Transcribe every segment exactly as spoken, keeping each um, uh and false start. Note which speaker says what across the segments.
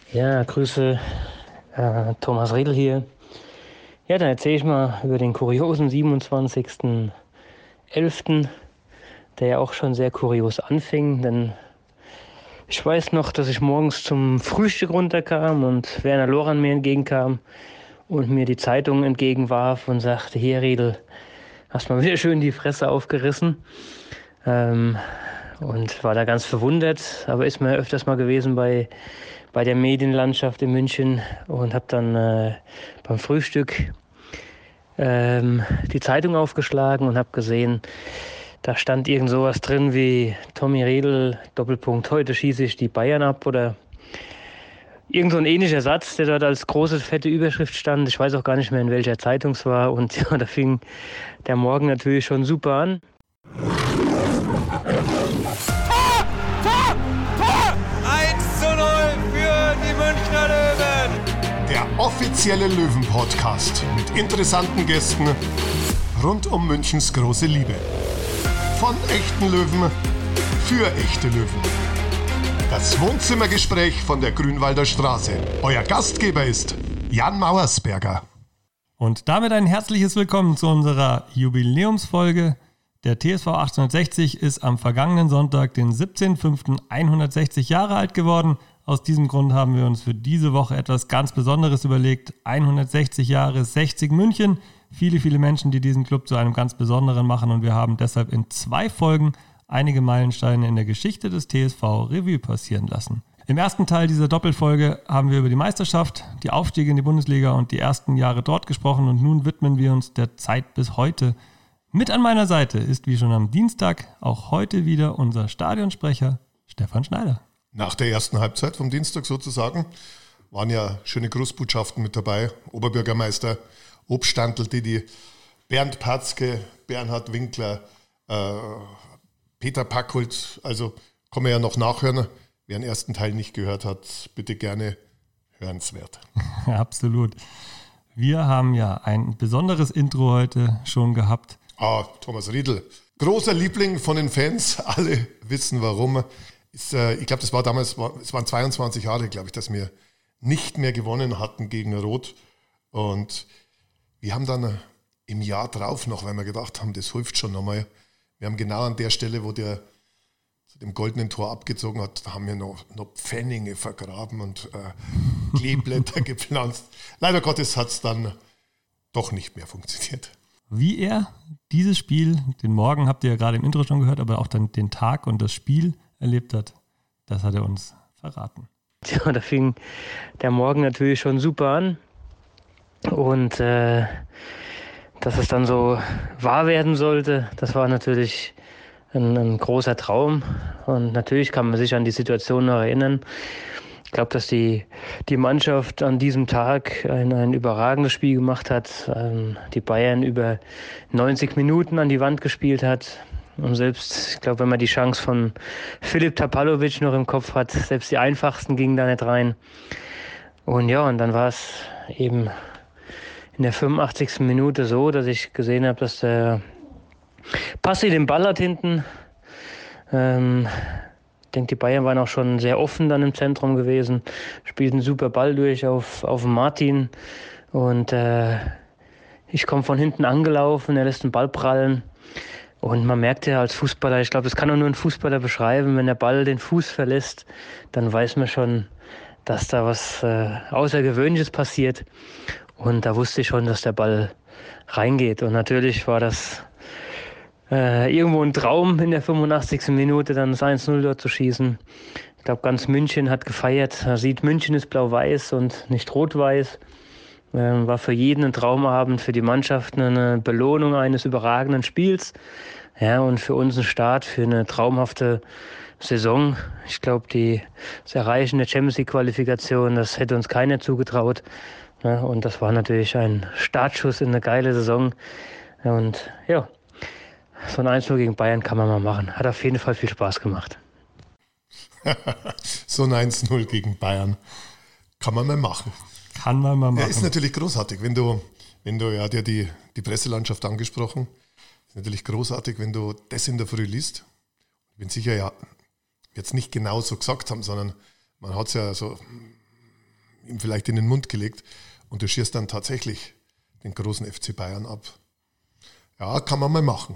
Speaker 1: Ja, Grüße, äh, Thomas Riedl hier. Ja, dann erzähle ich mal über den kuriosen siebenundzwanzigsten elften, der ja auch schon sehr kurios anfing, denn ich weiß noch, dass ich morgens zum Frühstück runterkam und Werner Lorand mir entgegenkam und mir die Zeitung entgegenwarf und sagte, hier Riedl, hast mal wieder schön die Fresse aufgerissen. Ähm, und war da ganz verwundert, aber ist mir öfters mal gewesen bei, bei der Medienlandschaft in München und habe dann äh, beim Frühstück ähm, die Zeitung aufgeschlagen und habe gesehen, da stand irgend sowas drin wie Tommy Riedl, Doppelpunkt, heute schieße ich die Bayern ab oder irgend so ein ähnlicher Satz, der dort als große, fette Überschrift stand. Ich weiß auch gar nicht mehr, in welcher Zeitung es war. Und ja, da fing der Morgen natürlich schon super an.
Speaker 2: Tor! Tor! Tor! eins zu null für die Münchner Löwen!
Speaker 3: Der offizielle Löwen-Podcast mit interessanten Gästen rund um Münchens große Liebe. Von echten Löwen für echte Löwen. Das Wohnzimmergespräch von der Grünwalder Straße. Euer Gastgeber ist Jan Mauersberger.
Speaker 4: Und damit ein herzliches Willkommen zu unserer Jubiläumsfolge. Der T S V achtzehnhundertsechzig ist am vergangenen Sonntag, den siebzehnten fünften hundertsechzig Jahre alt geworden. Aus diesem Grund haben wir uns für diese Woche etwas ganz Besonderes überlegt. hundertsechzig Jahre sechzig München. Viele, viele Menschen, die diesen Club zu einem ganz besonderen machen. Und wir haben deshalb in zwei Folgen einige Meilensteine in der Geschichte des T S V Revue passieren lassen. Im ersten Teil dieser Doppelfolge haben wir über die Meisterschaft, die Aufstiege in die Bundesliga und die ersten Jahre dort gesprochen. Und nun widmen wir uns der Zeit bis heute. Mit an meiner Seite ist wie schon am Dienstag auch heute wieder unser Stadionsprecher Stefan Schneider.
Speaker 3: Nach der ersten Halbzeit vom Dienstag sozusagen waren ja schöne Grußbotschaften mit dabei. Oberbürgermeister Obstantl, Didi, Bernd Patzke, Bernhard Winkler, äh, Peter Packhult. Also kann man ja noch nachhören. Wer den ersten Teil nicht gehört hat, bitte gerne hörenswert.
Speaker 4: Absolut. Wir haben ja ein besonderes Intro heute schon gehabt.
Speaker 3: Ah, Thomas Riedl. Großer Liebling von den Fans. Alle wissen warum. Ist, äh, ich glaube, das war damals, war, es waren zweiundzwanzig Jahre, glaube ich, dass wir nicht mehr gewonnen hatten gegen Rot. Und wir haben dann im Jahr drauf noch, weil wir gedacht haben, das hilft schon nochmal. Wir haben genau an der Stelle, wo der zu dem goldenen Tor abgezogen hat, haben wir noch, noch Pfennige vergraben und äh, Kleeblätter gepflanzt. Leider Gottes hat es dann doch nicht mehr funktioniert.
Speaker 4: Wie er dieses Spiel, den Morgen habt ihr ja gerade im Intro schon gehört, aber auch dann den Tag und das Spiel erlebt hat, das hat er uns verraten.
Speaker 1: Ja, da fing der Morgen natürlich schon super an. Und äh, dass es dann so wahr werden sollte, das war natürlich ein, ein großer Traum. Und natürlich kann man sich an die Situation noch erinnern. Ich glaube, dass die, die Mannschaft an diesem Tag ein, ein überragendes Spiel gemacht hat. Ähm, die Bayern über neunzig Minuten an die Wand gespielt hat. Und selbst, ich glaube, wenn man die Chance von Filip Tapalovic noch im Kopf hat, selbst die einfachsten gingen da nicht rein. Und ja, und dann war es eben in der fünfundachtzigsten Minute so, dass ich gesehen habe, dass der Passi den Ball hat hinten. Ähm, ich denke, die Bayern waren auch schon sehr offen dann im Zentrum gewesen, spielten einen super Ball durch auf, auf Martin. Und äh, ich komme von hinten angelaufen, er lässt den Ball prallen. Und man merkt ja als Fußballer, ich glaube, das kann auch nur ein Fußballer beschreiben, wenn der Ball den Fuß verlässt, dann weiß man schon, dass da was äh, Außergewöhnliches passiert. Und da wusste ich schon, dass der Ball reingeht. Und natürlich war das äh, irgendwo ein Traum, in der fünfundachtzigsten Minute dann das eins null dort zu schießen. Ich glaube, ganz München hat gefeiert. Man sieht, München ist blau-weiß und nicht rot-weiß. Ähm, war für jeden ein Traumabend, für die Mannschaft eine Belohnung eines überragenden Spiels. Ja, und für uns ein Start für eine traumhafte Saison. Ich glaube, die, das Erreichen der Champions League-Qualifikation, das hätte uns keiner zugetraut. Ja, und das war natürlich ein Startschuss in eine geile Saison. Und ja, so ein eins null gegen Bayern kann man mal machen. Hat auf jeden Fall viel Spaß gemacht.
Speaker 3: So ein eins null gegen Bayern kann man mal machen.
Speaker 4: Kann man mal machen.
Speaker 3: Ja, ist natürlich großartig, wenn du, wenn du, ja, dir die, die Presselandschaft angesprochen, ist natürlich großartig, wenn du das in der Früh liest. Ich bin sicher, ja, jetzt nicht genau so gesagt haben, sondern man hat es ja so ihm vielleicht in den Mund gelegt und du schießt dann tatsächlich den großen F C Bayern ab. Ja, kann man mal machen.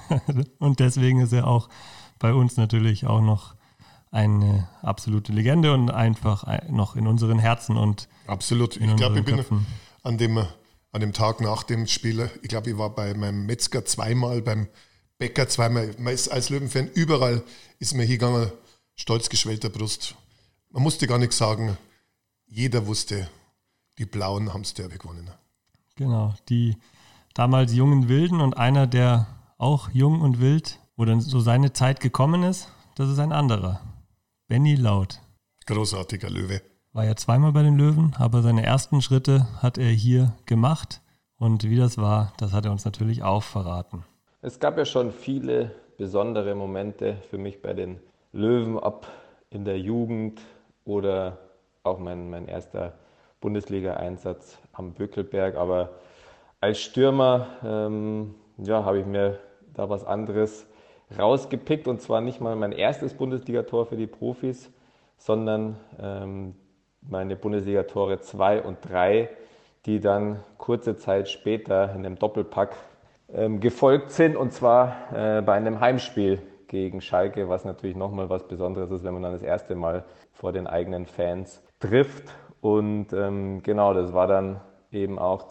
Speaker 4: Und deswegen ist er auch bei uns natürlich auch noch eine absolute Legende und einfach noch in unseren Herzen und
Speaker 3: absolut. Ich glaube, ich bin an dem, an dem Tag nach dem Spiel, ich glaube, ich war bei meinem Metzger zweimal, beim Bäcker zweimal. Man ist als Löwenfan überall, ist mir hingegangen, stolz geschwellter Brust. Man musste gar nichts sagen. Jeder wusste, die Blauen haben das Derby gewonnen.
Speaker 4: Genau, die damals jungen Wilden und einer, der auch jung und wild, wo dann so seine Zeit gekommen ist, das ist ein anderer. Benny Lauth.
Speaker 3: Großartiger Löwe.
Speaker 4: War ja zweimal bei den Löwen, aber seine ersten Schritte hat er hier gemacht. Und wie das war, das hat er uns natürlich auch verraten.
Speaker 5: Es gab ja schon viele besondere Momente für mich bei den Löwen, ab in der Jugend oder auch mein, mein erster Bundesliga-Einsatz am Bökelberg. Aber als Stürmer ähm, ja, habe ich mir da was anderes rausgepickt, und zwar nicht mal mein erstes Bundesligator für die Profis, sondern ähm, meine Bundesligatore zwei und drei, die dann kurze Zeit später in einem Doppelpack ähm, gefolgt sind, und zwar äh, bei einem Heimspiel gegen Schalke, was natürlich nochmal was Besonderes ist, wenn man dann das erste Mal vor den eigenen Fans trifft. Und ähm, genau, das war dann eben auch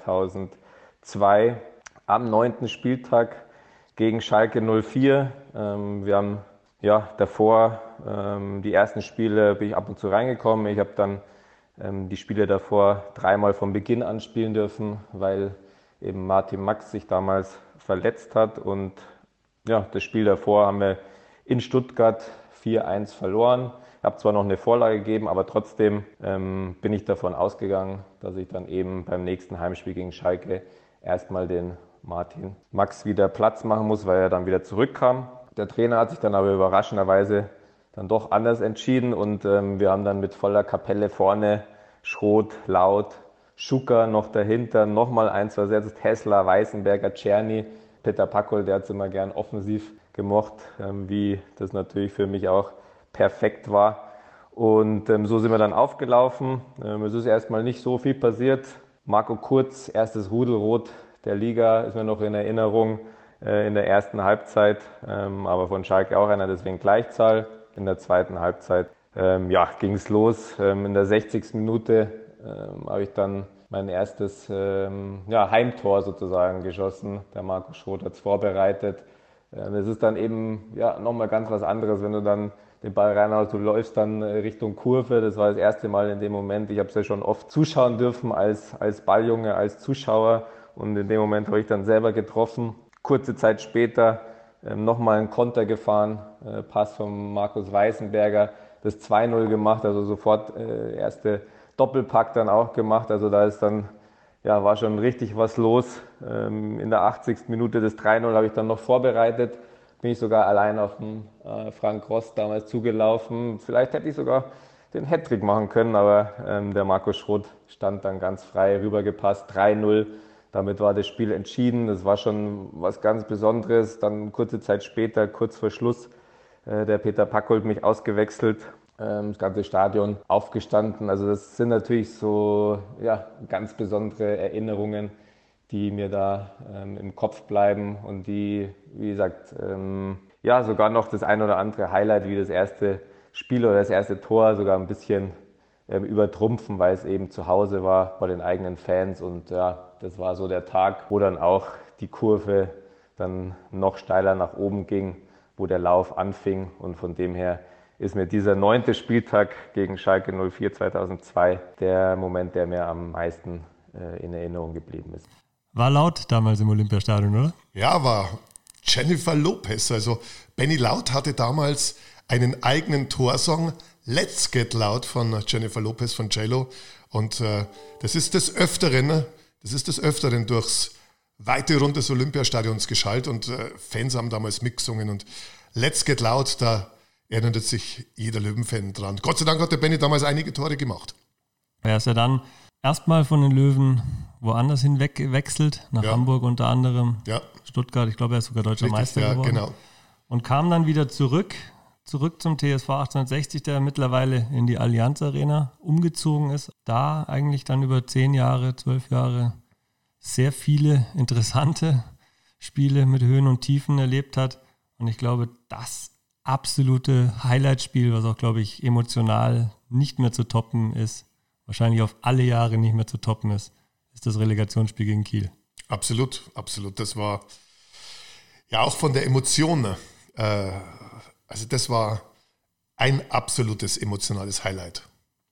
Speaker 5: zweitausendzwei am neunten Spieltag gegen Schalke null vier. Ähm, wir haben ja davor ähm, die ersten Spiele bin ich ab und zu reingekommen. Ich habe dann ähm, die Spiele davor dreimal von Beginn an spielen dürfen, weil eben Martin Max sich damals verletzt hat. Und ja, das Spiel davor haben wir in Stuttgart vier eins verloren. Ich habe zwar noch eine Vorlage gegeben, aber trotzdem ähm, bin ich davon ausgegangen, dass ich dann eben beim nächsten Heimspiel gegen Schalke erstmal den Martin Max wieder Platz machen muss, weil er dann wieder zurückkam. Der Trainer hat sich dann aber überraschenderweise dann doch anders entschieden, und ähm, wir haben dann mit voller Kapelle vorne Schroth, Lauth, Schucker noch dahinter, nochmal eins versetzt, Hessler, Weißenberger, Czerny, Peter Packold, der hat es immer gern offensiv gemocht, ähm, wie das natürlich für mich auch perfekt war. Und ähm, so sind wir dann aufgelaufen. Ähm, es ist erstmal nicht so viel passiert. Marco Kurz, erstes Rudelrot der Liga, ist mir noch in Erinnerung äh, in der ersten Halbzeit, ähm, aber von Schalke auch einer, deswegen Gleichzahl. In der zweiten Halbzeit ähm, ja, ging es los. Ähm, in der sechzigsten Minute ähm, habe ich dann mein erstes ähm, ja, Heimtor sozusagen geschossen. Der Marco Schroth hat es vorbereitet. Ähm, es ist dann eben ja, nochmal ganz was anderes, wenn du dann den Ball reinhaust, du läufst dann Richtung Kurve. Das war das erste Mal in dem Moment. Ich habe es ja schon oft zuschauen dürfen als, als Balljunge, als Zuschauer. Und in dem Moment habe ich dann selber getroffen. Kurze Zeit später ähm, nochmal einen Konter gefahren, äh, Pass von Markus Weißenberger, das zwei null gemacht, also sofort äh, erste Doppelpack dann auch gemacht. Also da ist dann, ja, war schon richtig was los. Ähm, in der achtzigsten Minute das drei null habe ich dann noch vorbereitet. Bin ich sogar allein auf den äh, Frank Rost damals zugelaufen. Vielleicht hätte ich sogar den Hattrick machen können, aber ähm, der Marco Schroth stand dann ganz frei rübergepasst, drei null. Damit war das Spiel entschieden. Das war schon was ganz Besonderes. Dann kurze Zeit später, kurz vor Schluss, äh, der Peter Packold mich ausgewechselt, äh, das ganze Stadion aufgestanden. Also das sind natürlich so ja, ganz besondere Erinnerungen, die mir da ähm, im Kopf bleiben und die, wie gesagt, ähm, ja sogar noch das ein oder andere Highlight wie das erste Spiel oder das erste Tor sogar ein bisschen ähm, übertrumpfen, weil es eben zu Hause war bei den eigenen Fans. Und ja, das war so der Tag, wo dann auch die Kurve dann noch steiler nach oben ging, wo der Lauf anfing. Und von dem her ist mir dieser neunte Spieltag gegen Schalke null vier zweitausendzwei der Moment, der mir am meisten äh, in Erinnerung geblieben ist.
Speaker 4: War laut damals im Olympiastadion, oder?
Speaker 3: Ja, war Jennifer Lopez. Also Benny Lauth hatte damals einen eigenen Torsong, Let's Get Loud von Jennifer Lopez von J-Lo. Und äh, das ist des Öfteren, das ist des Öfteren durchs weite Rund des Olympiastadions geschallt und äh, Fans haben damals mitgesungen. Und Let's Get Loud, da erinnert sich jeder Löwenfan dran. Gott sei Dank hat der Benny damals einige Tore gemacht.
Speaker 4: Er ist ja dann erstmal von den Löwen woanders hinweg gewechselt, nach
Speaker 3: Ja.
Speaker 4: Hamburg unter anderem,
Speaker 3: Ja.
Speaker 4: Stuttgart, ich glaube, er ist sogar deutscher
Speaker 3: Richtig,
Speaker 4: Meister
Speaker 3: ja,
Speaker 4: geworden.
Speaker 3: genau.
Speaker 4: Und kam dann wieder zurück zurück zum T S V achtzehnhundertsechzig, der mittlerweile in die Allianz Arena umgezogen ist. Da eigentlich dann über zehn Jahre, zwölf Jahre sehr viele interessante Spiele mit Höhen und Tiefen erlebt hat. Und ich glaube, das absolute Highlight-Spiel, was auch, glaube ich, emotional nicht mehr zu toppen ist, wahrscheinlich auf alle Jahre nicht mehr zu toppen ist, ist das Relegationsspiel gegen Kiel.
Speaker 3: Absolut, absolut. Das war ja auch von der Emotion, äh, also das war ein absolutes emotionales Highlight.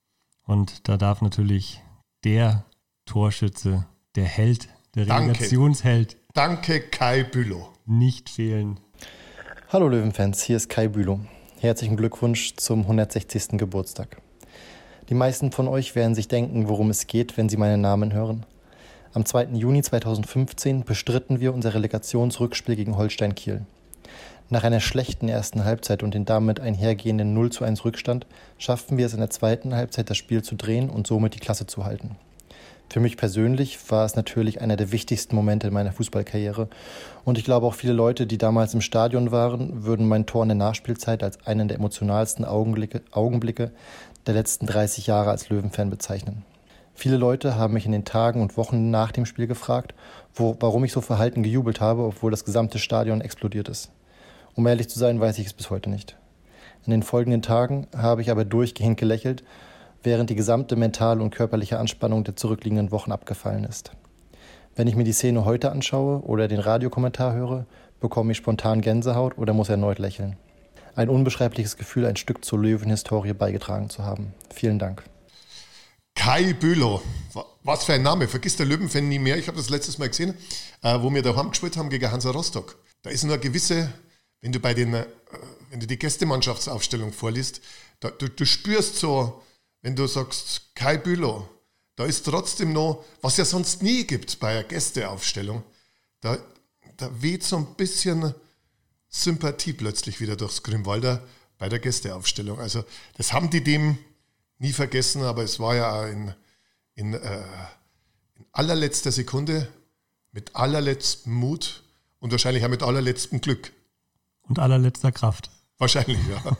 Speaker 4: Und da darf natürlich der Torschütze, der Held, der Relegationsheld,
Speaker 3: Danke, Kai Bülow,
Speaker 4: nicht fehlen.
Speaker 6: Hallo Löwenfans, hier ist Kai Bülow. Herzlichen Glückwunsch zum hundertsechzigsten Geburtstag. Die meisten von euch werden sich denken, worum es geht, wenn sie meinen Namen hören. Am zweiten Juni zweitausendfünfzehn bestritten wir unser Relegationsrückspiel gegen Holstein Kiel. Nach einer schlechten ersten Halbzeit und dem damit einhergehenden null zu eins Rückstand schafften wir es in der zweiten Halbzeit, das Spiel zu drehen und somit die Klasse zu halten. Für mich persönlich war es natürlich einer der wichtigsten Momente in meiner Fußballkarriere und ich glaube auch viele Leute, die damals im Stadion waren, würden mein Tor in der Nachspielzeit als einen der emotionalsten Augenblicke, Augenblicke der letzten dreißig Jahre als Löwenfan bezeichnen. Viele Leute haben mich in den Tagen und Wochen nach dem Spiel gefragt, wo, warum ich so verhalten gejubelt habe, obwohl das gesamte Stadion explodiert ist. Um ehrlich zu sein, weiß ich es bis heute nicht. In den folgenden Tagen habe ich aber durchgehend gelächelt, während die gesamte mentale und körperliche Anspannung der zurückliegenden Wochen abgefallen ist. Wenn ich mir die Szene heute anschaue oder den Radiokommentar höre, bekomme ich spontan Gänsehaut oder muss erneut lächeln. Ein unbeschreibliches Gefühl, ein Stück zur Löwenhistorie beigetragen zu haben. Vielen Dank.
Speaker 3: Kai Bülow, was für ein Name, vergiss der Löwenfan nie mehr. Ich habe das letztes Mal gesehen, wo wir daheim gespielt haben gegen Hansa Rostock. Da ist nur eine gewisse, wenn du bei den, wenn du die Gästemannschaftsaufstellung vorliest, da, du, du spürst so, wenn du sagst Kai Bülow, da ist trotzdem noch, was ja sonst nie gibt bei einer Gästeaufstellung, da, da weht so ein bisschen Sympathie plötzlich wieder durchs Grünwalder bei der Gästeaufstellung. Also das haben die dem nie vergessen, aber es war ja in, in, äh, in allerletzter Sekunde, mit allerletztem Mut und wahrscheinlich auch mit allerletztem Glück.
Speaker 4: Und allerletzter Kraft.
Speaker 3: Wahrscheinlich, ja.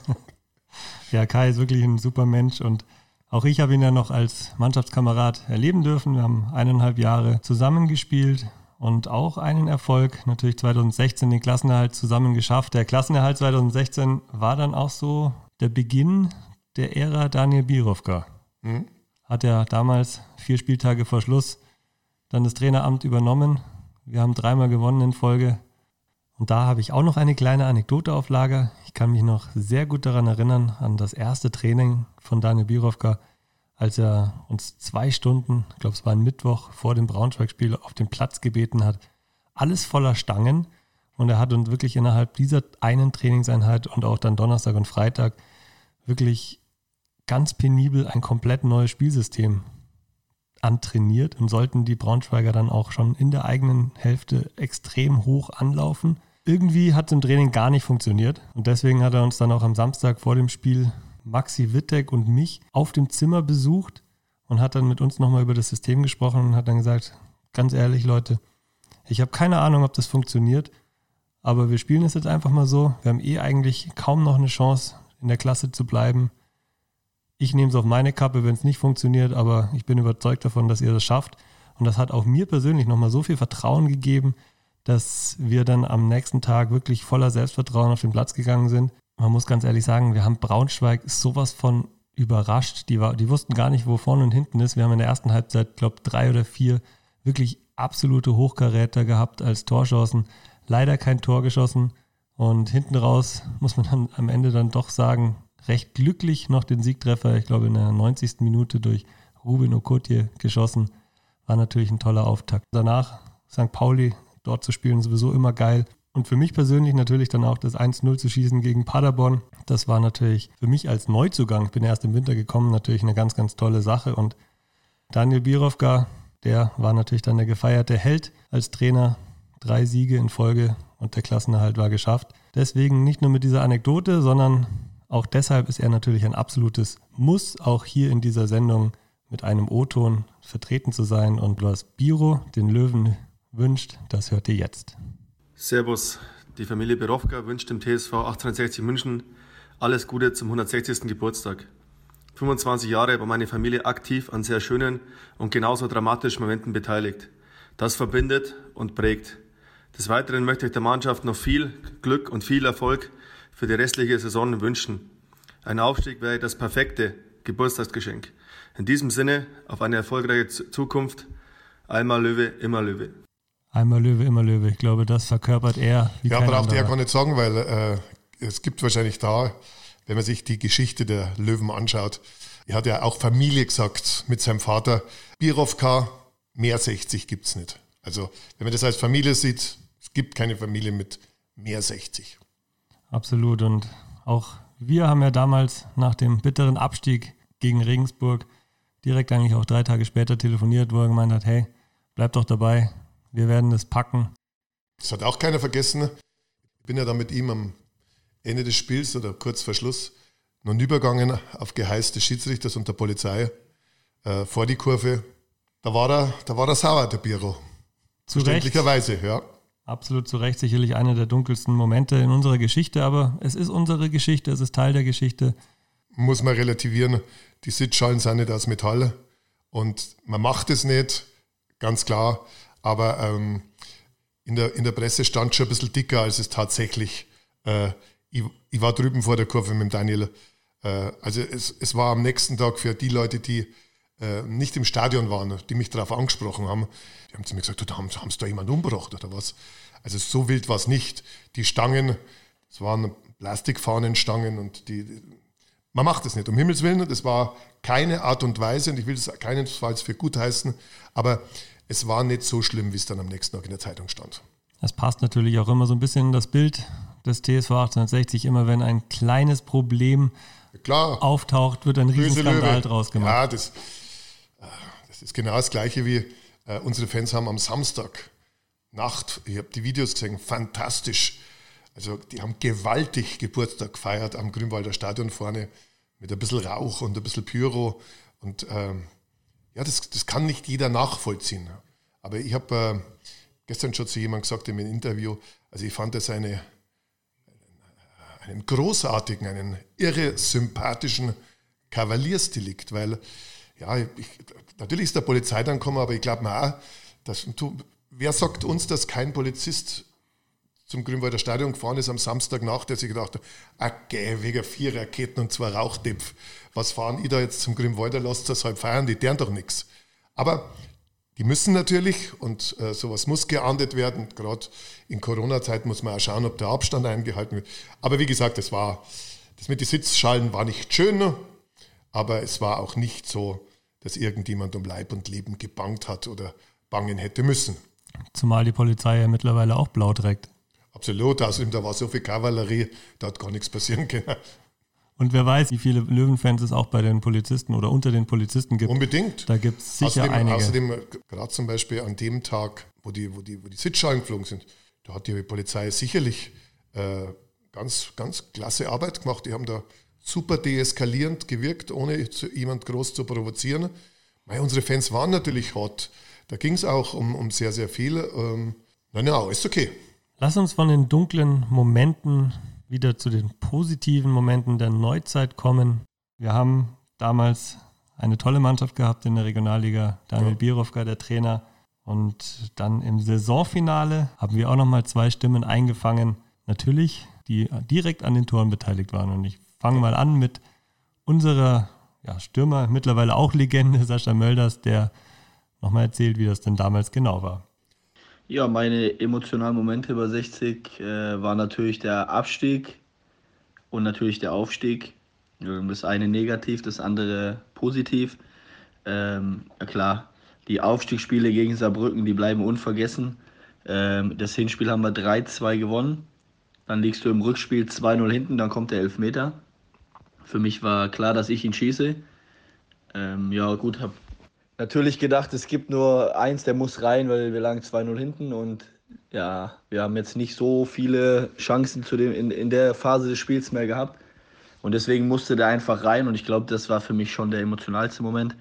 Speaker 4: Ja, Kai ist wirklich ein super Mensch und auch ich habe ihn ja noch als Mannschaftskamerad erleben dürfen. Wir haben eineinhalb Jahre zusammengespielt und auch einen Erfolg, natürlich zweitausendsechzehn, den Klassenerhalt zusammen geschafft. Der Klassenerhalt zweitausendsechzehn war dann auch so der Beginn der Ära Daniel Birovka. Mhm. Hat er damals vier Spieltage vor Schluss dann das Traineramt übernommen. Wir haben dreimal gewonnen in Folge. Und da habe ich auch noch eine kleine Anekdote auf Lager. Ich kann mich noch sehr gut daran erinnern, an das erste Training von Daniel Birovka, als er uns zwei Stunden, ich glaube es war ein Mittwoch, vor dem Braunschweig-Spiel auf den Platz gebeten hat. Alles voller Stangen. Und er hat uns wirklich innerhalb dieser einen Trainingseinheit und auch dann Donnerstag und Freitag wirklich ganz penibel ein komplett neues Spielsystem antrainiert und sollten die Braunschweiger dann auch schon in der eigenen Hälfte extrem hoch anlaufen. Irgendwie hat es im Training gar nicht funktioniert und deswegen hat er uns dann auch am Samstag vor dem Spiel Maxi Wittek und mich auf dem Zimmer besucht und hat dann mit uns nochmal über das System gesprochen und hat dann gesagt, ganz ehrlich Leute, ich habe keine Ahnung, ob das funktioniert, aber wir spielen es jetzt einfach mal so. Wir haben eh eigentlich kaum noch eine Chance, in der Klasse zu bleiben. Ich nehme es auf meine Kappe, wenn es nicht funktioniert, aber ich bin überzeugt davon, dass ihr das schafft. Und das hat auch mir persönlich nochmal so viel Vertrauen gegeben, dass wir dann am nächsten Tag wirklich voller Selbstvertrauen auf den Platz gegangen sind. Man muss ganz ehrlich sagen, wir haben Braunschweig sowas von überrascht. Die, war, die wussten gar nicht, wo vorne und hinten ist. Wir haben in der ersten Halbzeit, glaube ich, drei oder vier wirklich absolute Hochkaräter gehabt als Torchancen. Leider kein Tor geschossen. Und hinten raus muss man dann am Ende dann doch sagen, recht glücklich noch den Siegtreffer, ich glaube in der neunzigsten Minute durch Ruben Okotje geschossen. War natürlich ein toller Auftakt. Danach Sankt Pauli dort zu spielen, sowieso immer geil. Und für mich persönlich natürlich dann auch das eins null zu schießen gegen Paderborn. Das war natürlich für mich als Neuzugang, ich bin erst im Winter gekommen, natürlich eine ganz, ganz tolle Sache. Und Daniel Birovka, der war natürlich dann der gefeierte Held als Trainer. Drei Siege in Folge und der Klassenerhalt war geschafft. Deswegen nicht nur mit dieser Anekdote, sondern auch deshalb ist er natürlich ein absolutes Muss, auch hier in dieser Sendung mit einem O-Ton vertreten zu sein. Und was Biro den Löwen wünscht, das hört ihr jetzt.
Speaker 7: Servus, die Familie Birovka wünscht dem T S V achtzehnhundertsechzig München Alles Gute zum hundertsechzigsten Geburtstag. fünfundzwanzig Jahre war meine Familie aktiv an sehr schönen und genauso dramatischen Momenten beteiligt. Das verbindet und prägt. Des Weiteren möchte ich der Mannschaft noch viel Glück und viel Erfolg für die restliche Saison wünschen. Ein Aufstieg wäre das perfekte Geburtstagsgeschenk. In diesem Sinne auf eine erfolgreiche Zukunft. Einmal Löwe, immer Löwe.
Speaker 4: Einmal Löwe, immer Löwe. Ich glaube, das verkörpert er wie
Speaker 3: Ja,
Speaker 4: kein
Speaker 3: braucht
Speaker 4: anderer.
Speaker 3: er gar nicht sagen, weil äh, es gibt wahrscheinlich da, wenn man sich die Geschichte der Löwen anschaut, er hat ja auch Familie gesagt mit seinem Vater, Birovka, mehr sechzig gibt es nicht. Also wenn man das als Familie sieht, es gibt keine Familie mit mehr sechzig.
Speaker 4: Absolut. Und auch wir haben ja damals nach dem bitteren Abstieg gegen Regensburg direkt eigentlich auch drei Tage später telefoniert, wo er gemeint hat, hey, bleib doch dabei, wir werden das packen.
Speaker 3: Das hat auch keiner vergessen. Ich bin ja dann mit ihm am Ende des Spiels oder kurz vor Schluss noch übergegangen auf Geheiß des Schiedsrichters und der Polizei äh, vor die Kurve. Da war er, da war er sauer, der Biro. Verständlicherweise, ja.
Speaker 4: Absolut zu Recht, sicherlich einer der dunkelsten Momente in unserer Geschichte, aber es ist unsere Geschichte, es ist Teil der Geschichte.
Speaker 3: Muss man relativieren, die Sitzschalen sind nicht aus Metall und man macht es nicht, ganz klar, aber ähm, in, der, in der Presse stand schon ein bisschen dicker, als es tatsächlich, äh, ich, ich war drüben vor der Kurve mit dem Daniel, äh, also es, es war am nächsten Tag für die Leute, die äh, nicht im Stadion waren, die mich darauf angesprochen haben, die haben zu mir gesagt, da haben, haben sie da jemand umgebracht oder was? Also so wild war es nicht. Die Stangen, es waren Plastikfahnenstangen und die, die man macht es nicht, um Himmels Willen. Das war keine Art und Weise und ich will das keinesfalls für gut heißen, aber es war nicht so schlimm, wie es dann am nächsten Tag in der Zeitung stand.
Speaker 4: Das passt natürlich auch immer so ein bisschen in das Bild des T S V achtzehnhundertsechzig. Immer wenn ein kleines Problem
Speaker 3: Klar,
Speaker 4: auftaucht, wird ein Riesenskandal draus gemacht.
Speaker 3: Ja, das, das ist genau das Gleiche wie äh, unsere Fans haben am Samstag Nacht, ich habe die Videos gesehen, fantastisch. Also die haben gewaltig Geburtstag gefeiert am Grünwalder Stadion vorne mit ein bisschen Rauch und ein bisschen Pyro. Und ähm, ja, das, das kann nicht jeder nachvollziehen. Aber ich habe äh, gestern schon zu jemandem gesagt in einem Interview, also ich fand das eine, einen großartigen, einen irre sympathischen Kavaliersdelikt, weil ja, ich, natürlich ist der Polizei dann gekommen, aber ich glaube mal auch, dass du, wer sagt uns, dass kein Polizist zum Grünwalder Stadion gefahren ist am Samstagnacht, der sich gedacht hat, okay, wegen vier Raketen und zwei Rauchdämpf, was fahren ich da jetzt zum Grünwalder, lasst das halt feiern, die deren doch nichts. Aber die müssen natürlich und äh, sowas muss geahndet werden, gerade in Corona-Zeit muss man auch schauen, ob der Abstand eingehalten wird. Aber wie gesagt, das war, das mit den Sitzschalen war nicht schön, aber es war auch nicht so, dass irgendjemand um Leib und Leben gebangt hat oder bangen hätte müssen.
Speaker 4: Zumal die Polizei ja mittlerweile auch blau trägt.
Speaker 3: Absolut, außerdem da war so viel Kavallerie, da hat gar nichts passieren können.
Speaker 4: Und wer weiß, wie viele Löwenfans es auch bei den Polizisten oder unter den Polizisten gibt.
Speaker 3: Unbedingt.
Speaker 4: Da gibt es sicher
Speaker 3: außerdem,
Speaker 4: einige.
Speaker 3: Außerdem, gerade zum Beispiel an dem Tag, wo die, wo die, wo die Sitzschalen geflogen sind, da hat die Polizei sicherlich äh, ganz, ganz klasse Arbeit gemacht. Die haben da super deeskalierend gewirkt, ohne zu, jemand groß zu provozieren. Weil unsere Fans waren natürlich hot. Da ging es auch um, um sehr, sehr viel. Ähm, nein, ja, ist okay.
Speaker 4: Lass uns von den dunklen Momenten wieder zu den positiven Momenten der Neuzeit kommen. Wir haben damals eine tolle Mannschaft gehabt in der Regionalliga. Daniel ja. Birovka, der Trainer. Und dann im Saisonfinale haben wir auch nochmal zwei Stimmen eingefangen. Natürlich, die direkt an den Toren beteiligt waren. Und ich fange mal an mit unserer ja, Stürmer, mittlerweile auch Legende, Sascha Mölders, der nochmal erzählt, wie das denn damals genau war.
Speaker 8: Ja, meine emotionalen Momente bei sechzig äh, war natürlich der Abstieg und natürlich der Aufstieg. Das eine negativ, das andere positiv. Ähm, ja klar, die Aufstiegsspiele gegen Saarbrücken, die bleiben unvergessen. Ähm, das Hinspiel haben wir drei zwei gewonnen. Dann liegst du im Rückspiel zwei null hinten, dann kommt der Elfmeter. Für mich war klar, dass ich ihn schieße. Ähm, ja gut, habe natürlich gedacht, es gibt nur eins, der muss rein, weil wir lagen zwei null hinten. Und ja, wir haben jetzt nicht so viele Chancen zu dem, in, in der Phase des Spiels mehr gehabt. Und deswegen musste der einfach rein. Und ich glaube, das war für mich schon der emotionalste Moment.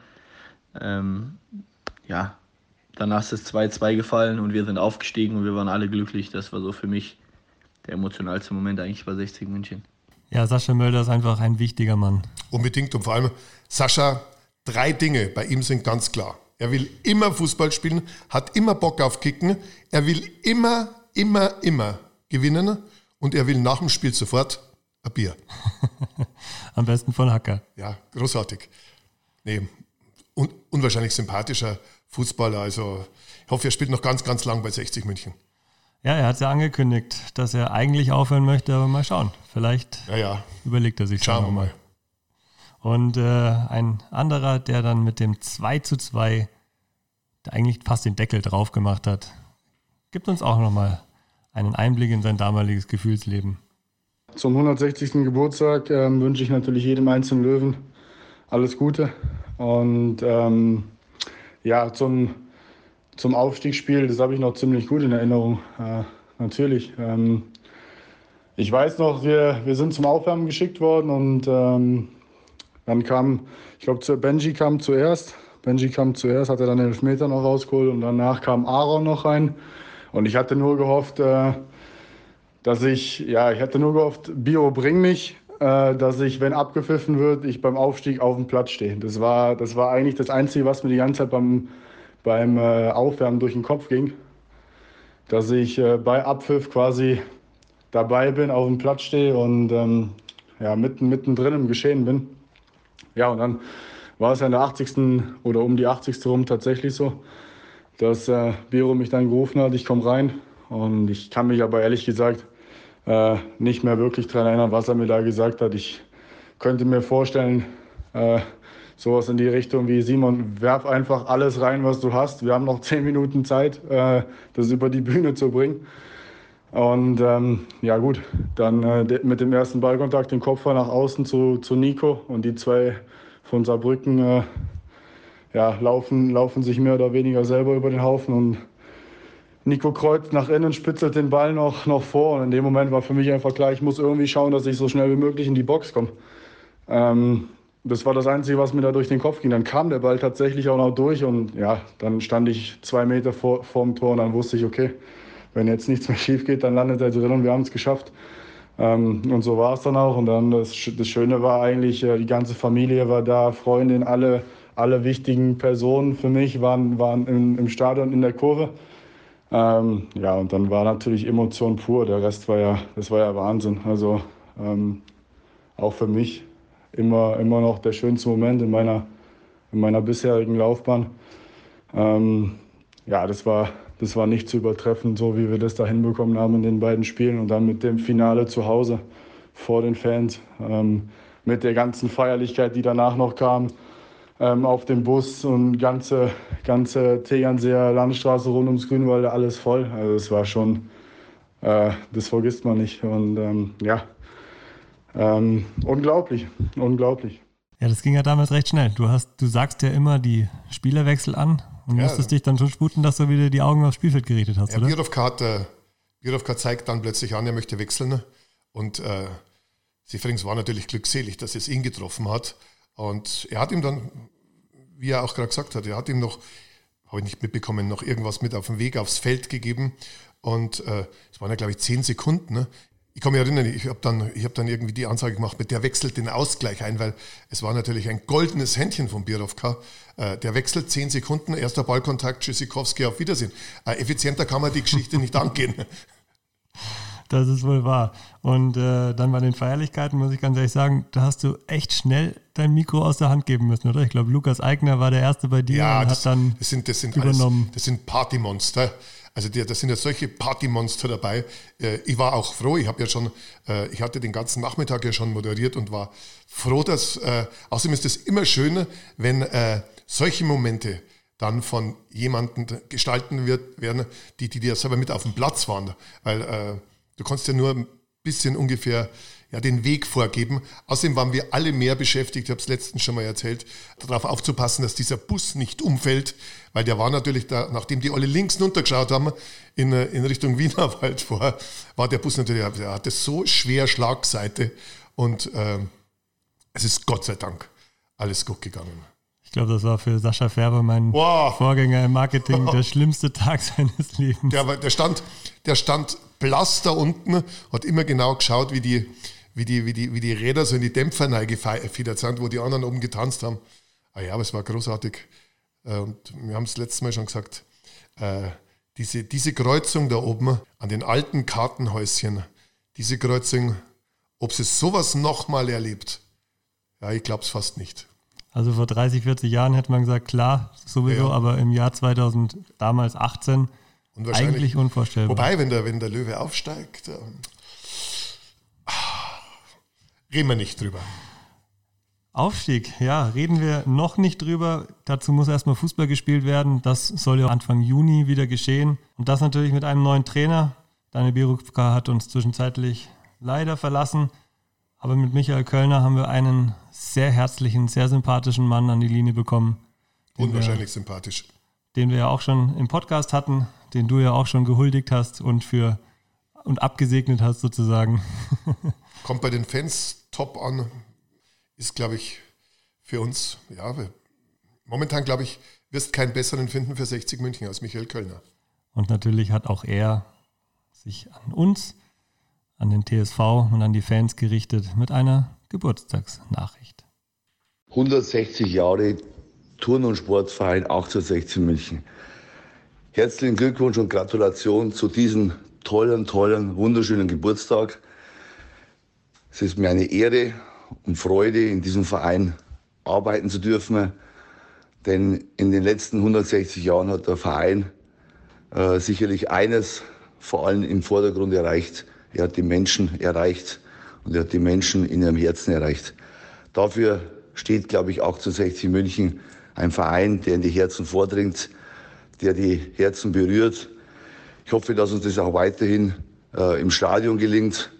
Speaker 8: Ähm, ja, danach ist es zwei zwei gefallen und wir sind aufgestiegen und wir waren alle glücklich. Das war so für mich der emotionalste Moment eigentlich bei sechzig München.
Speaker 4: Ja, Sascha Mölders ist einfach ein wichtiger Mann.
Speaker 3: Unbedingt und vor allem Sascha, drei Dinge bei ihm sind ganz klar. Er will immer Fußball spielen, hat immer Bock auf Kicken, er will immer, immer, immer gewinnen und er will nach dem Spiel sofort ein Bier.
Speaker 4: Am besten von Hacker.
Speaker 3: Ja, großartig. Nee, un- unwahrscheinlich sympathischer Fußballer, also ich hoffe, er spielt noch ganz, ganz lang bei sechzig München.
Speaker 4: Ja, er hat es ja angekündigt, dass er eigentlich aufhören möchte, aber mal schauen. Vielleicht
Speaker 3: ja, ja.
Speaker 4: überlegt er sich.
Speaker 3: Schauen wir mal.
Speaker 4: Und äh, ein anderer, der dann mit dem zwei zu zwei der eigentlich fast den Deckel drauf gemacht hat, gibt uns auch nochmal einen Einblick in sein damaliges Gefühlsleben.
Speaker 9: Zum hundertsechzigsten Geburtstag äh, wünsche ich natürlich jedem einzelnen Löwen alles Gute. Und ähm, ja, zum, zum Aufstiegsspiel, das habe ich noch ziemlich gut in Erinnerung, äh, natürlich. Ähm, ich weiß noch, wir, wir sind zum Aufwärmen geschickt worden und ähm, dann kam, ich glaube, Benji kam zuerst. Benji kam zuerst, hat er dann den Elfmeter noch rausgeholt und danach kam Aaron noch rein. Und ich hatte nur gehofft, äh, dass ich, ja, ich hatte nur gehofft, Bio bring mich, äh, dass ich, wenn abgepfiffen wird, ich beim Aufstieg auf dem Platz stehe. Das war, das war eigentlich das Einzige, was mir die ganze Zeit beim, beim äh, Aufwärmen durch den Kopf ging. Dass ich äh, bei Abpfiff quasi dabei bin, auf dem Platz stehe und ähm, ja, mitten, mittendrin im Geschehen bin. Ja, und dann war es ja in der achtzigsten oder um die achtzigste rum tatsächlich so, dass äh, Biro mich dann gerufen hat, ich komme rein. Und ich kann mich aber ehrlich gesagt äh, nicht mehr wirklich daran erinnern, was er mir da gesagt hat. Ich könnte mir vorstellen, äh, sowas in die Richtung wie: Simon, werf einfach alles rein, was du hast. Wir haben noch zehn Minuten Zeit, äh, das über die Bühne zu bringen. Und ähm, ja gut, dann äh, mit dem ersten Ballkontakt den Kopf nach außen zu, zu Nico und die zwei von Saarbrücken äh, ja, laufen, laufen sich mehr oder weniger selber über den Haufen und Nico kreuzt nach innen, spitzelt den Ball noch, noch vor und in dem Moment war für mich einfach klar, ich muss irgendwie schauen, dass ich so schnell wie möglich in die Box komme. Ähm, das war das Einzige, was mir da durch den Kopf ging. Dann kam der Ball tatsächlich auch noch durch und ja, dann stand ich zwei Meter vor, vor dem Tor und dann wusste ich, okay, wenn jetzt nichts mehr schief geht, dann landet er drin und wir haben es geschafft. Ähm, und so war es dann auch. Und dann das, das Schöne war eigentlich, äh, die ganze Familie war da, Freundin, alle, alle wichtigen Personen für mich waren, waren im, im Stadion in der Kurve. Ähm, ja, und dann war natürlich Emotion pur. Der Rest war ja, das war ja Wahnsinn. Also ähm, auch für mich immer, immer noch der schönste Moment in meiner, in meiner bisherigen Laufbahn. Ähm, ja, das war, das war nicht zu übertreffen, so wie wir das da hinbekommen haben in den beiden Spielen. Und dann mit dem Finale zu Hause vor den Fans, ähm, mit der ganzen Feierlichkeit, die danach noch kam, ähm, auf dem Bus und ganze, ganze Tegernseer Landstraße rund ums Grünwalde, alles voll. Also es war schon, äh, das vergisst man nicht. Und ähm, ja, ähm, unglaublich, unglaublich.
Speaker 4: Ja, das ging ja damals recht schnell. Du hast, du sagst ja immer die Spielerwechsel an und ja, musstest dich dann schon sputen, dass du wieder die Augen aufs Spielfeld gerichtet hast,
Speaker 3: ja,
Speaker 4: oder?
Speaker 3: Birovka, hat, äh, Birovka zeigt dann plötzlich an, er möchte wechseln. Und äh, Sefrings war natürlich glückselig, dass es ihn getroffen hat. Und er hat ihm dann, wie er auch gerade gesagt hat, er hat ihm noch, habe ich nicht mitbekommen, noch irgendwas mit auf den Weg aufs Feld gegeben. Und äh, es waren ja, glaube ich, zehn Sekunden. Ne? Ich kann mich erinnern, ich habe dann, ich hab dann irgendwie die Ansage gemacht, mit der wechselt den Ausgleich ein, weil es war natürlich ein goldenes Händchen von Birovka. Äh, der wechselt zehn Sekunden, erster Ballkontakt, Tschüssikowski, auf Wiedersehen. Äh, effizienter kann man die Geschichte nicht angehen.
Speaker 4: Das ist wohl wahr. Und äh, dann bei den Feierlichkeiten muss ich ganz ehrlich sagen, da hast du echt schnell dein Mikro aus der Hand geben müssen, oder? Ich glaube, Lukas Eigner war der Erste bei dir
Speaker 3: ja,
Speaker 4: und
Speaker 3: das,
Speaker 4: hat dann
Speaker 3: das sind, das sind
Speaker 4: übernommen.
Speaker 3: Alles, das sind Partymonster. Also die, das sind ja solche Partymonster dabei. Äh, ich war auch froh, ich habe ja schon, äh, ich hatte den ganzen Nachmittag ja schon moderiert und war froh, dass, äh, außerdem ist es immer schöner, wenn äh, solche Momente dann von jemandem gestalten wird, werden, die, die ja selber mit auf dem Platz waren. Weil äh, du kannst ja nur ein bisschen ungefähr ja, den Weg vorgeben. Außerdem waren wir alle mehr beschäftigt, ich habe es letztens schon mal erzählt, darauf aufzupassen, dass dieser Bus nicht umfällt, weil der war natürlich, da, nachdem die alle links runtergeschaut haben, in, in Richtung Wienerwald vor, war der Bus natürlich, er hatte so schwer Schlagseite und äh, es ist Gott sei Dank alles gut gegangen.
Speaker 4: Ich glaube, das war für Sascha Färber, mein wow. Vorgänger im Marketing, der schlimmste Tag seines Lebens.
Speaker 3: Der, der, stand, der stand blass da unten, hat immer genau geschaut, wie die, wie wie die, wie die, wie die Räder so in die Dämpfer reingefedert sind, wo die anderen oben getanzt haben. Ah ja, aber es war großartig. Und wir haben es letztes Mal schon gesagt, äh, diese, diese Kreuzung da oben an den alten Kartenhäuschen, diese Kreuzung, ob sie sowas nochmal erlebt, ja, ich glaube es fast nicht.
Speaker 4: Also vor dreißig, vierzig Jahren hätte man gesagt, klar, sowieso, ja. Aber im Jahr zweitausend, damals achtzehn, eigentlich unvorstellbar.
Speaker 3: Wobei, wenn der, wenn der Löwe aufsteigt, äh, reden wir nicht drüber.
Speaker 4: Aufstieg, ja, reden wir noch nicht drüber. Dazu muss erstmal Fußball gespielt werden. Das soll ja Anfang Juni wieder geschehen. Und das natürlich mit einem neuen Trainer. Daniel Berupka hat uns zwischenzeitlich leider verlassen. Aber mit Michael Kölner haben wir einen sehr herzlichen, sehr sympathischen Mann an die Linie bekommen.
Speaker 3: Unwahrscheinlich
Speaker 4: wir,
Speaker 3: sympathisch.
Speaker 4: Den wir ja auch schon im Podcast hatten, den du ja auch schon gehuldigt hast und für und abgesegnet hast sozusagen.
Speaker 3: Kommt bei den Fans top an. Ist, glaube ich, für uns, ja, momentan, glaube ich, wirst keinen besseren finden für sechzig München als Michael Kölner.
Speaker 4: Und natürlich hat auch er sich an uns, an den T S V und an die Fans gerichtet mit einer Geburtstagsnachricht.
Speaker 10: hundertsechzig Jahre Turn- und Sportverein achtzehnhundertsechzehn München. Herzlichen Glückwunsch und Gratulation zu diesem tollen, tollen, wunderschönen Geburtstag. Es ist mir eine Ehre und Freude, in diesem Verein arbeiten zu dürfen. Denn in den letzten hundertsechzig Jahren hat der Verein äh, sicherlich eines vor allem im Vordergrund erreicht. Er hat die Menschen erreicht und er hat die Menschen in ihrem Herzen erreicht. Dafür steht, glaube ich, achtzehnhundertsechzig München, ein Verein, der in die Herzen vordringt, der die Herzen berührt. Ich hoffe, dass uns das auch weiterhin äh, im Stadion gelingt.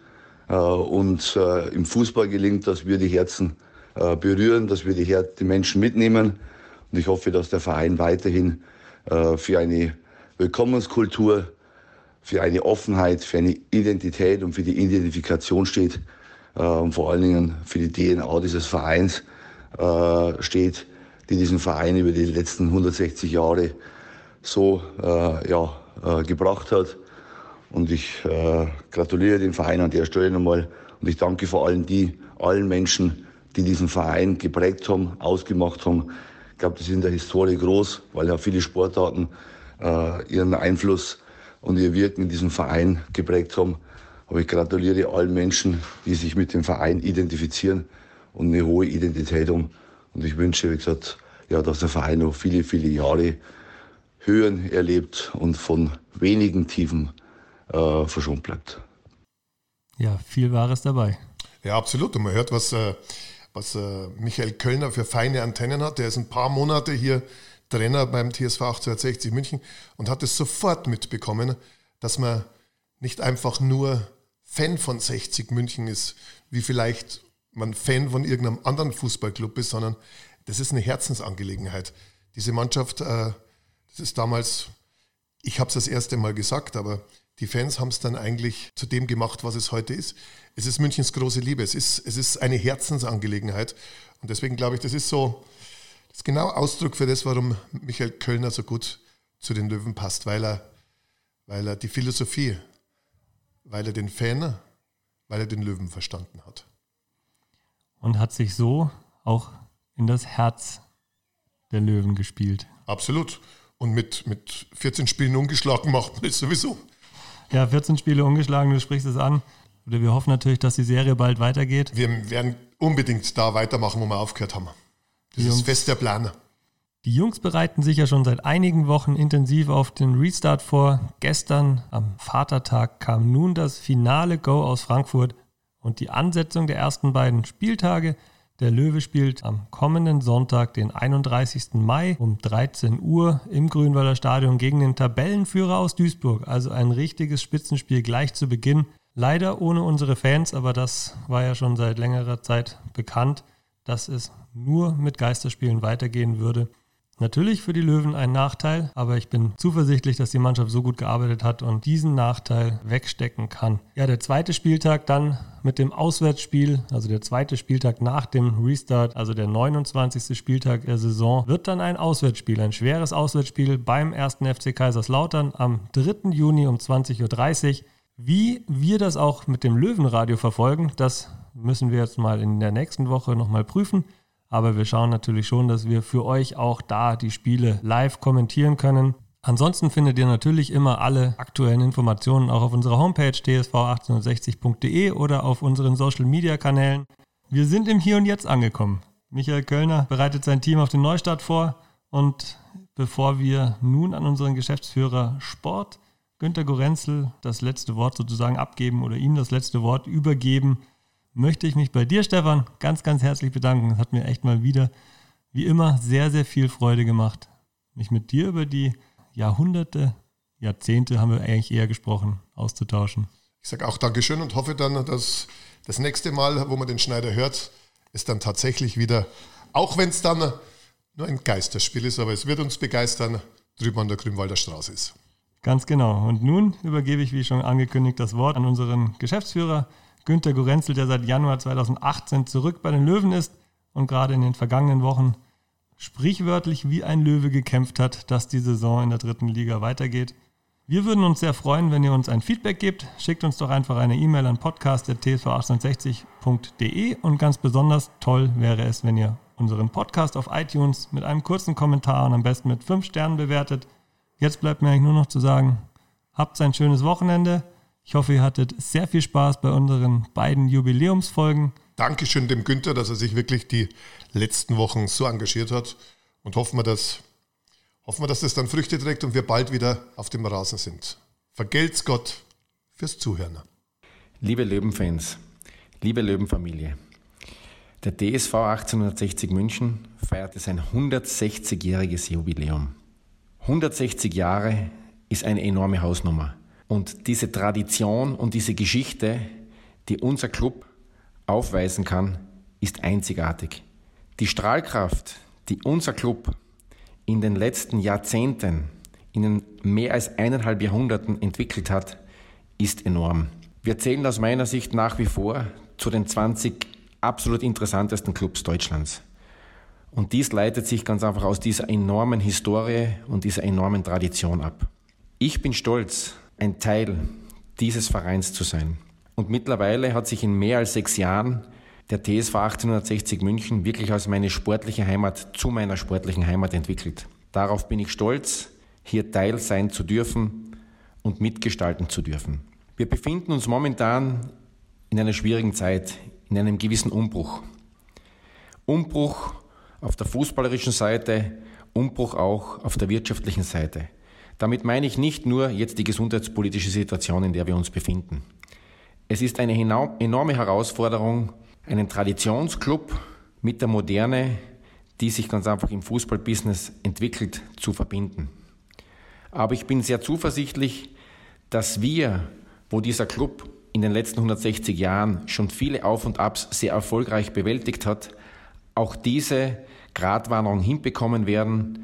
Speaker 10: Und äh, im Fußball gelingt, dass wir die Herzen äh, berühren, dass wir die, Her- die Menschen mitnehmen. Und ich hoffe, dass der Verein weiterhin äh, für eine Willkommenskultur, für eine Offenheit, für eine Identität und für die Identifikation steht. Äh, und vor allen Dingen für die D N A dieses Vereins äh, steht, die diesen Verein über die letzten hundertsechzig Jahre so äh, ja, äh, gebracht hat. Und ich äh, gratuliere dem Verein an der Stelle nochmal. Und ich danke vor allem die, allen Menschen, die diesen Verein geprägt haben, ausgemacht haben. Ich glaube, das ist in der Historie groß, weil ja viele Sportarten äh, ihren Einfluss und ihr Wirken in diesem Verein geprägt haben. Aber ich gratuliere allen Menschen, die sich mit dem Verein identifizieren und eine hohe Identität haben. Und ich wünsche, wie gesagt, ja, dass der Verein noch viele, viele Jahre Höhen erlebt und von wenigen Tiefen Äh, verschont bleibt.
Speaker 4: Ja, viel Wahres dabei.
Speaker 3: Ja, absolut. Und man hört, was, äh, was äh, Michael Kölner für feine Antennen hat. Der ist ein paar Monate hier Trainer beim T S V achtzehnhundertsechzig München und hat es sofort mitbekommen, dass man nicht einfach nur Fan von sechzig München ist, wie vielleicht man Fan von irgendeinem anderen Fußballclub ist, sondern das ist eine Herzensangelegenheit. Diese Mannschaft, äh, das ist damals, ich habe es das erste Mal gesagt, aber die Fans haben es dann eigentlich zu dem gemacht, was es heute ist. Es ist Münchens große Liebe. Es ist, es ist eine Herzensangelegenheit. Und deswegen glaube ich, das ist so, das ist genau Ausdruck für das, warum Michael Kölner so gut zu den Löwen passt, weil er, weil er die Philosophie, weil er den Fan, weil er den Löwen verstanden hat.
Speaker 4: Und hat sich so auch in das Herz der Löwen gespielt.
Speaker 3: Absolut. Und mit, mit vierzehn Spielen ungeschlagen macht man das sowieso.
Speaker 4: Ja, vierzehn Spiele ungeschlagen, du sprichst es an. Oder wir hoffen natürlich, dass die Serie bald weitergeht.
Speaker 3: Wir werden unbedingt da weitermachen, wo wir aufgehört haben. Das ist fest der Plan.
Speaker 4: Die Jungs bereiten sich ja schon seit einigen Wochen intensiv auf den Restart vor. Gestern am Vatertag kam nun das finale Go aus Frankfurt und die Ansetzung der ersten beiden Spieltage. Der Löwe spielt am kommenden Sonntag, den einunddreißigsten Mai um dreizehn Uhr im Grünwalder Stadion gegen den Tabellenführer aus Duisburg. Also ein richtiges Spitzenspiel gleich zu Beginn. Leider ohne unsere Fans, aber das war ja schon seit längerer Zeit bekannt, dass es nur mit Geisterspielen weitergehen würde. Natürlich für die Löwen ein Nachteil, aber ich bin zuversichtlich, dass die Mannschaft so gut gearbeitet hat und diesen Nachteil wegstecken kann. Ja, der zweite Spieltag dann mit dem Auswärtsspiel, also der zweite Spieltag nach dem Restart, also der neunundzwanzigste Spieltag der Saison, wird dann ein Auswärtsspiel, ein schweres Auswärtsspiel beim ersten F C Kaiserslautern am dritten Juni um zwanzig Uhr dreißig. Wie wir das auch mit dem Löwenradio verfolgen, das müssen wir jetzt mal in der nächsten Woche nochmal prüfen. Aber wir schauen natürlich schon, dass wir für euch auch da die Spiele live kommentieren können. Ansonsten findet ihr natürlich immer alle aktuellen Informationen auch auf unserer Homepage t s v achtzehnhundertsechzig punkt d e oder auf unseren Social-Media-Kanälen. Wir sind im Hier und Jetzt angekommen. Michael Kölner bereitet sein Team auf den Neustart vor. Und bevor wir nun an unseren Geschäftsführer Sport, Günter Gorenzel, das letzte Wort sozusagen abgeben oder ihm das letzte Wort übergeben, möchte ich mich bei dir, Stefan, ganz, ganz herzlich bedanken. Es hat mir echt mal wieder, wie immer, sehr, sehr viel Freude gemacht, mich mit dir über die Jahrhunderte, Jahrzehnte, haben wir eigentlich eher gesprochen, auszutauschen.
Speaker 3: Ich sage auch Dankeschön und hoffe dann, dass das nächste Mal, wo man den Schneider hört, es dann tatsächlich wieder, auch wenn es dann nur ein Geisterspiel ist, aber es wird uns begeistern, drüben an der Grünwalder Straße ist. Ganz genau. Und nun übergebe ich, wie schon angekündigt, das Wort an unseren Geschäftsführer Günter Gorenzel, der seit Januar zweitausendachtzehn zurück bei den Löwen ist und gerade in den vergangenen Wochen sprichwörtlich wie ein Löwe gekämpft hat, dass die Saison in der dritten Liga weitergeht. Wir würden uns sehr freuen, wenn ihr uns ein Feedback gebt. Schickt uns doch einfach eine E-Mail an podcast at t s v achthundertsechzig punkt d e und ganz besonders toll wäre es, wenn ihr unseren Podcast auf iTunes mit einem kurzen Kommentar und am besten mit fünf Sternen bewertet. Jetzt bleibt mir eigentlich nur noch zu sagen, habt ein schönes Wochenende. Ich hoffe, ihr hattet sehr viel Spaß bei unseren beiden Jubiläumsfolgen. Dankeschön dem Günther, dass er sich wirklich die letzten Wochen so engagiert hat. Und hoffen wir, dass, hoffen wir, dass das dann Früchte trägt und wir bald wieder auf dem Rasen sind. Vergelt's Gott fürs Zuhören.
Speaker 11: Liebe Löwenfans, liebe Löwenfamilie, der T S V achtzehnhundertsechzig München feierte sein hundertsechzigjähriges Jubiläum. hundertsechzig Jahre ist eine enorme Hausnummer. Und diese Tradition und diese Geschichte, die unser Club aufweisen kann, ist einzigartig. Die Strahlkraft, die unser Club in den letzten Jahrzehnten, in den mehr als eineinhalb Jahrhunderten entwickelt hat, ist enorm. Wir zählen aus meiner Sicht nach wie vor zu den zwanzig absolut interessantesten Clubs Deutschlands. Und dies leitet sich ganz einfach aus dieser enormen Historie und dieser enormen Tradition ab. Ich bin stolz, ein Teil dieses Vereins zu sein. Und mittlerweile hat sich in mehr als sechs Jahren der T S V achtzehnhundertsechzig München wirklich als meine sportliche Heimat zu meiner sportlichen Heimat entwickelt. Darauf bin ich stolz, hier Teil sein zu dürfen und mitgestalten zu dürfen. Wir befinden uns momentan in einer schwierigen Zeit, in einem gewissen Umbruch. Umbruch auf der fußballerischen Seite, Umbruch auch auf der wirtschaftlichen Seite. Damit meine ich nicht nur jetzt die gesundheitspolitische Situation, in der wir uns befinden. Es ist eine enorme Herausforderung, einen Traditionsclub mit der Moderne, die sich ganz einfach im Fußballbusiness entwickelt, zu verbinden. Aber ich bin sehr zuversichtlich, dass wir, wo dieser Club in den letzten hundertsechzig Jahren schon viele Auf und Abs sehr erfolgreich bewältigt hat, auch diese Gratwanderung hinbekommen werden.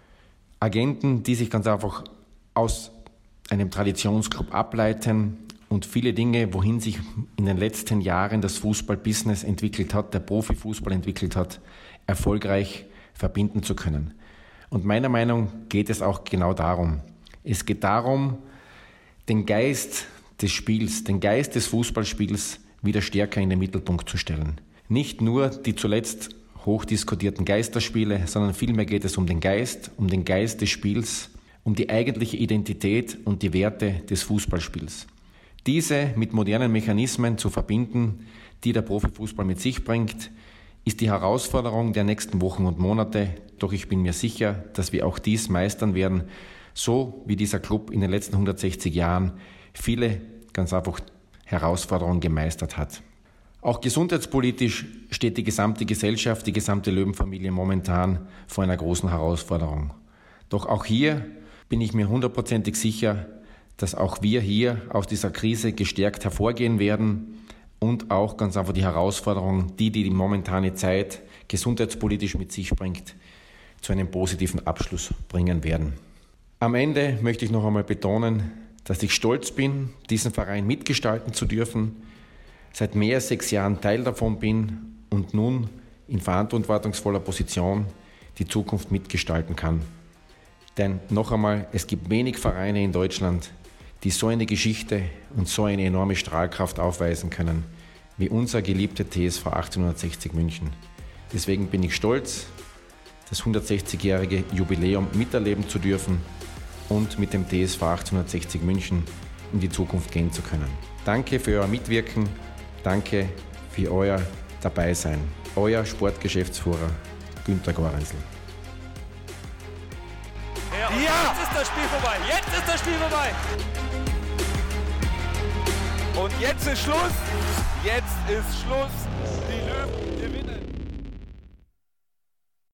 Speaker 11: Agenten, die sich ganz einfach aus einem Traditionsclub ableiten und viele Dinge, wohin sich in den letzten Jahren das Fußballbusiness entwickelt hat, der Profifußball entwickelt hat, erfolgreich verbinden zu können. Und meiner Meinung nach geht es auch genau darum. Es geht darum, den Geist des Spiels, den Geist des Fußballspiels wieder stärker in den Mittelpunkt zu stellen. Nicht nur die zuletzt hochdiskutierten Geisterspiele, sondern vielmehr geht es um den Geist, um den Geist des Spiels, um die eigentliche Identität und die Werte des Fußballspiels. Diese mit modernen Mechanismen zu verbinden, die der Profifußball mit sich bringt, ist die Herausforderung der nächsten Wochen und Monate. Doch ich bin mir sicher, dass wir auch dies meistern werden, so wie dieser Club in den letzten hundertsechzig Jahren viele ganz einfach Herausforderungen gemeistert hat. Auch gesundheitspolitisch steht die gesamte Gesellschaft, die gesamte Löwenfamilie momentan vor einer großen Herausforderung. Doch auch hier bin ich mir hundertprozentig sicher, dass auch wir hier aus dieser Krise gestärkt hervorgehen werden und auch ganz einfach die Herausforderung, die die momentane Zeit gesundheitspolitisch mit sich bringt, zu einem positiven Abschluss bringen werden. Am Ende möchte ich noch einmal betonen, dass ich stolz bin, diesen Verein mitgestalten zu dürfen, seit mehr als sechs Jahren Teil davon bin und nun in verantwortungsvoller Position die Zukunft mitgestalten kann. Denn noch einmal, es gibt wenig Vereine in Deutschland, die so eine Geschichte und so eine enorme Strahlkraft aufweisen können, wie unser geliebte T S V achtzehnhundertsechzig München. Deswegen bin ich stolz, das hundertsechzigjährige Jubiläum miterleben zu dürfen und mit dem T S V achtzehnhundertsechzig München in die Zukunft gehen zu können. Danke für euer Mitwirken, danke für euer Dabeisein. Euer Sportgeschäftsführer Günter Gorenzel.
Speaker 2: Ja, und ja, jetzt ist das Spiel vorbei. Jetzt ist das Spiel vorbei. Und jetzt ist Schluss. Jetzt ist Schluss. Die